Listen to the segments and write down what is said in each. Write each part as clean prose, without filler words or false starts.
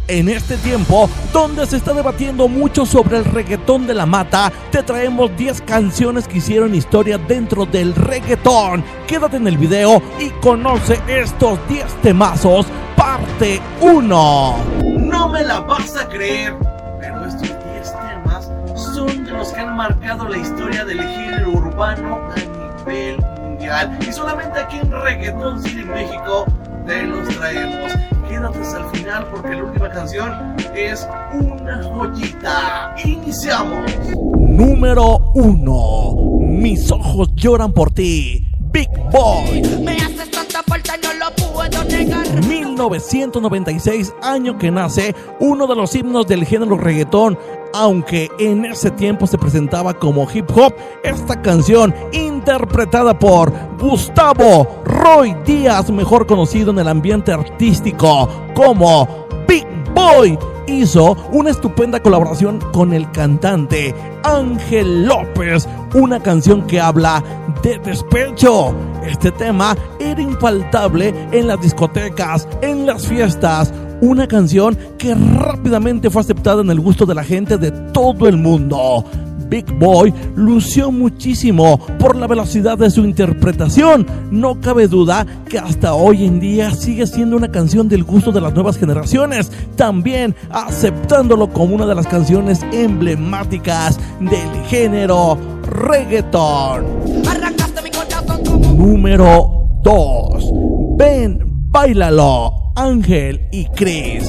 En este tiempo, donde se está debatiendo mucho sobre el reggaetón de la mata, te traemos 10 canciones que hicieron historia dentro del reggaetón. Quédate en el video y conoce estos 10 temazos, parte 1. No me la vas a creer, pero estos 10 temas son de los que han marcado la historia del género urbano a nivel mundial. Y solamente aquí en Reggaetón City México te los traemos. Quédate hasta el final porque la última canción es una joyita. ¡Iniciamos! Número 1. Mis ojos lloran por ti, Big Boy. Me haces tanta falta, no lo puedo negar. 1996, año que nace uno de los himnos del género reggaetón. Aunque en ese tiempo se presentaba como hip hop, esta canción, interpretada por Gustavo Roy Díaz, mejor conocido en el ambiente artístico como Big Boy, hizo una estupenda colaboración con el cantante Ángel López, una canción que habla de despecho. Este tema era infaltable en las discotecas, en las fiestas. Una canción que rápidamente fue aceptada en el gusto de la gente de todo el mundo. Big Boy lució muchísimo por la velocidad de su interpretación. No cabe duda que hasta hoy en día sigue siendo una canción del gusto de las nuevas generaciones, también aceptándolo como una de las canciones emblemáticas del género reggaetón. Arrancaste mi corazón como... Número 2. Ven, báilalo, Ángel y Cris.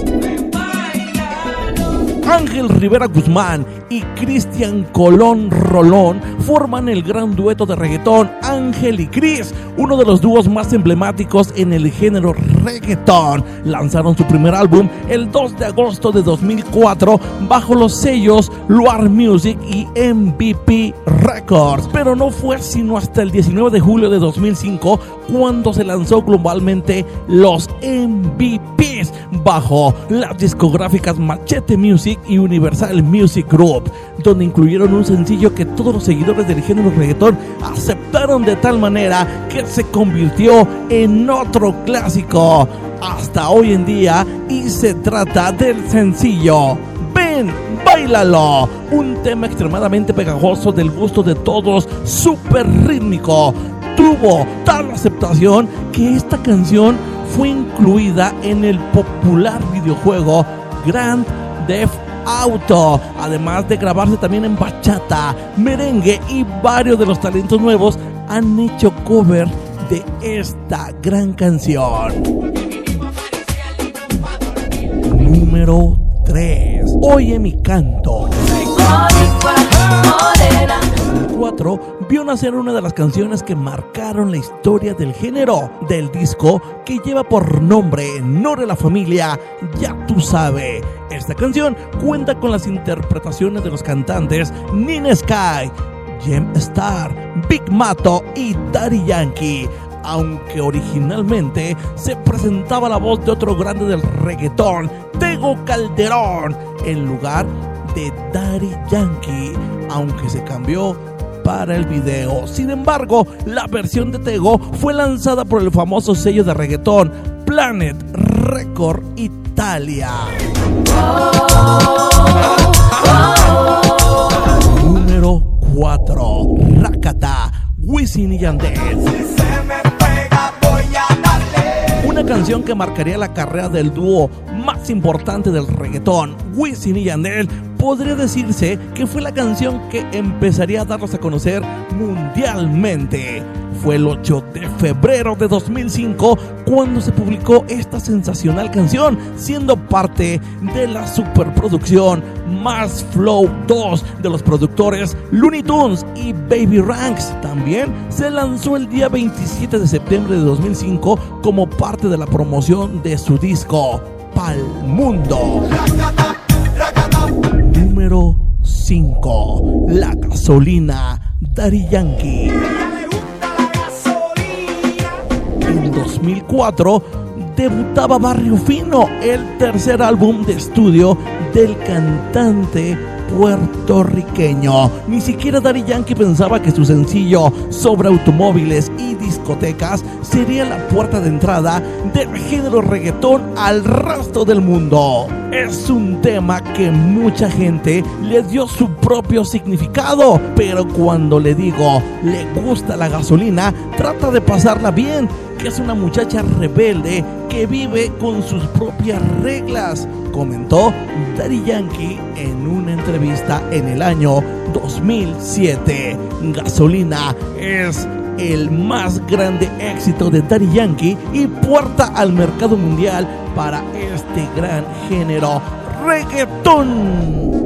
Ángel Rivera Guzmán y Cristian Colón Rolón forman el gran dueto de reggaetón Ángel y Cris, uno de los dúos más emblemáticos en el género reggaetón. Lanzaron su primer álbum el 2 de agosto de 2004 bajo los sellos Luar Music y MVP Records, pero no fue sino hasta el 19 de julio de 2005 cuando se lanzó globalmente los MVPs bajo las discográficas Machete Music y Universal Music Group, donde incluyeron un sencillo que todos los seguidores del género reggaetón aceptaron de tal manera que se convirtió en otro clásico hasta hoy en día, y se trata del sencillo Ven, báilalo, un tema extremadamente pegajoso del gusto de todos, súper rítmico. Tuvo tal aceptación que esta canción fue incluida en el popular videojuego Grand Theft Auto, además de grabarse también en bachata, merengue, y varios de los talentos nuevos han hecho cover de esta gran canción. Número 3. Oye mi canto. 4 vio nacer una de las canciones que marcaron la historia del género, del disco que lleva por nombre Nore la Familia, Ya Tú Sabes. Esta canción cuenta con las interpretaciones de los cantantes Nina Sky, Jem Star, Big Mato y Daddy Yankee, aunque originalmente se presentaba la voz de otro grande del reggaetón, Tego Calderón, en lugar de Daddy Yankee, aunque se cambió para el video. Sin embargo, la versión de Tego fue lanzada por el famoso sello de reggaetón Planet Record Italia. Número 4. Rakata, Wisin y Yandel. Una canción que marcaría la carrera del dúo más importante del reggaetón, Wisin y Yandel. Podría decirse que fue la canción que empezaría a darlos a conocer mundialmente. Fue el 8 de febrero de 2005 cuando se publicó esta sensacional canción, siendo parte de la superproducción Más Flow 2 de los productores Looney Tunes y Baby Ranks. También se lanzó el día 27 de septiembre de 2005 como parte de la promoción de su disco Pa'l Mundo. Número 5. La gasolina, Daddy Yankee. En 2004 debutaba Barrio Fino, el tercer álbum de estudio del cantante puertorriqueño. Ni siquiera Daddy Yankee pensaba que su sencillo sobre automóviles y discotecas sería la puerta de entrada del género reggaetón al resto del mundo. es un tema que mucha gente le dio su propio significado, pero cuando le digo le gusta la gasolina, trata de pasarla bien, que es una muchacha rebelde que vive con sus propias reglas, comentó Daddy Yankee en una entrevista en el año 2007. Gasolina es el más grande éxito de Daddy Yankee y puerta al mercado mundial para este gran género reggaetón.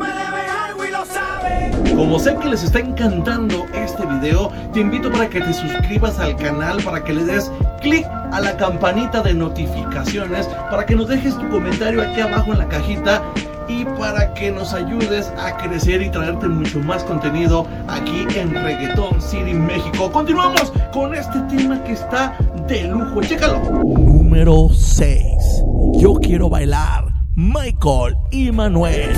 Como sé que les está encantando este video, te invito para que te suscribas al canal, para que le des clic a la campanita de notificaciones, para que nos dejes tu comentario aquí abajo en la cajita y para que nos ayudes a crecer y traerte mucho más contenido aquí en Reggaeton City, México. Continuamos con este tema que está de lujo, chécalo. Número 6. Yo quiero bailar, Michael y Manuel.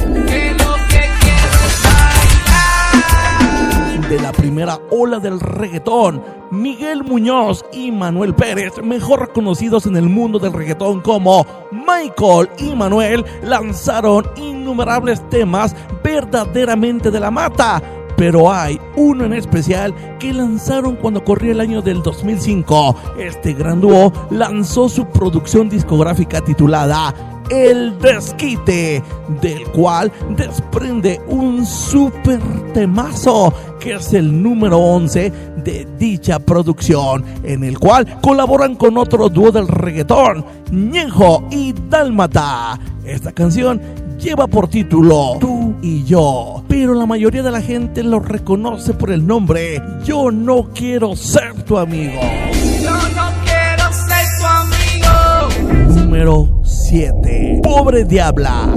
De la primera ola del reggaetón, Miguel Muñoz y Manuel Pérez, mejor conocidos en el mundo del reggaetón como Michael y Manuel, lanzaron innumerables temas verdaderamente de la mata. Pero hay uno en especial que lanzaron cuando corría el año del 2005. Este gran dúo lanzó su producción discográfica titulada El Desquite, del cual desprende un super temazo que es el número 11 de dicha producción, en el cual colaboran con otro dúo del reggaetón, Ñejo y Dálmata. Esta canción lleva por título Tú y Yo, pero la mayoría de la gente lo reconoce por el nombre Yo no quiero ser tu amigo. Yo no quiero ser tu amigo. Número 7. Pobre Diabla.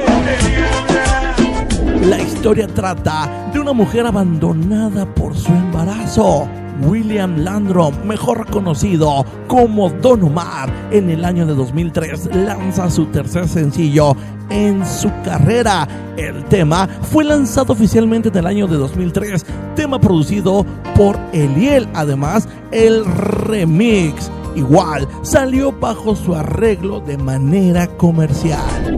La historia trata de una mujer abandonada por su embarazo. William Landrum, mejor conocido como Don Omar, en el año de 2003 lanza su tercer sencillo en su carrera. El tema fue lanzado oficialmente en el año de 2003, tema producido por Eliel. Además, el remix igual salió bajo su arreglo de manera comercial.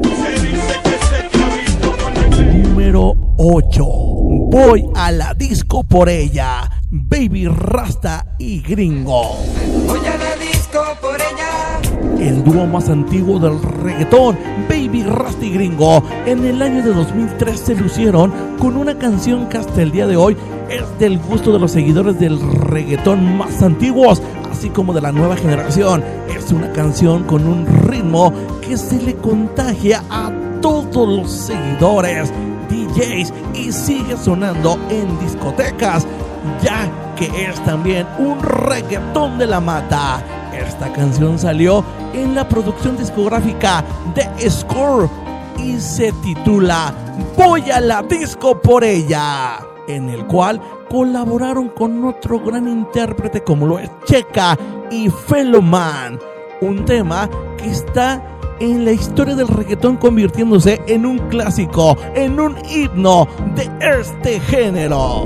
Número 8. Voy a la disco por ella, Baby Rasta y Gringo. Voy a la disco por ella. El dúo más antiguo del reggaetón, Baby Rasta y Gringo, en el año de 2003 se lucieron con una canción que hasta el día de hoy es del gusto de los seguidores del reggaetón más antiguos, así como de la nueva generación. Es una canción con un ritmo que se le contagia a todos los seguidores, DJs, y sigue sonando en discotecas, ya que es también un reggaetón de la mata. Esta canción salió en la producción discográfica de Score y se titula Voy a la disco por ella, en el cual colaboraron con otro gran intérprete como lo es Cheka y Fellow Man, un tema que está en la historia del reggaetón convirtiéndose en un clásico, en un himno de este género.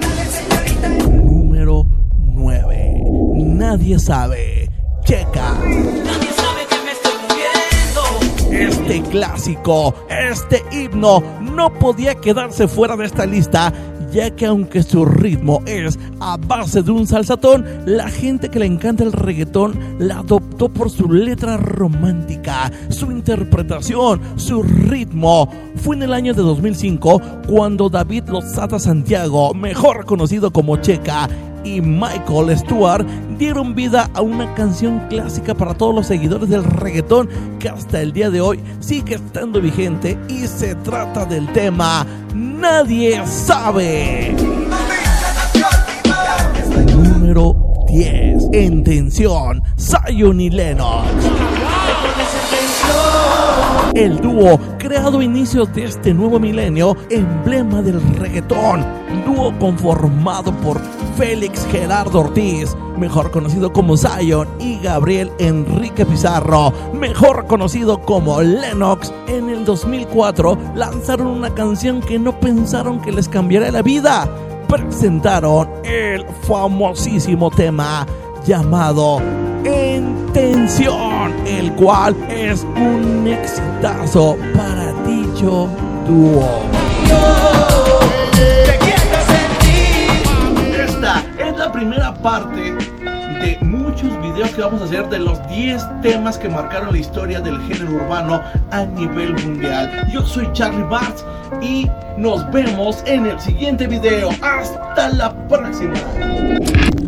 Número 9. Nadie sabe, Cheka. Nadie sabe que me estoy muriendo. Este clásico, este himno no podía quedarse fuera de esta lista, ya que aunque su ritmo es a base de un salsatón, la gente que le encanta el reggaetón la adoptó por su letra romántica, su interpretación, su ritmo. Fue en el año de 2005 cuando David Lozada Santiago, mejor conocido como Cheka, y Michael Stewart dieron vida a una canción clásica para todos los seguidores del reggaetón que hasta el día de hoy sigue estando vigente, y se trata del tema Nadie sabe. Número 10. En tensión, Zion y Lennox. El dúo, creado a inicios de este nuevo milenio, emblema del reggaetón, dúo conformado por Félix Gerardo Ortiz, mejor conocido como Zion, y Gabriel Enrique Pizarro, mejor conocido como Lennox, en el 2004 lanzaron una canción que no pensaron que les cambiaría la vida. Presentaron el famosísimo tema llamado En Tensión. canción, el cual es un exitazo para dicho dúo. Esta es la primera parte de muchos videos que vamos a hacer de los 10 temas que marcaron la historia del género urbano a nivel mundial. Yo soy Charlie Bartz y nos vemos en el siguiente video. Hasta la próxima.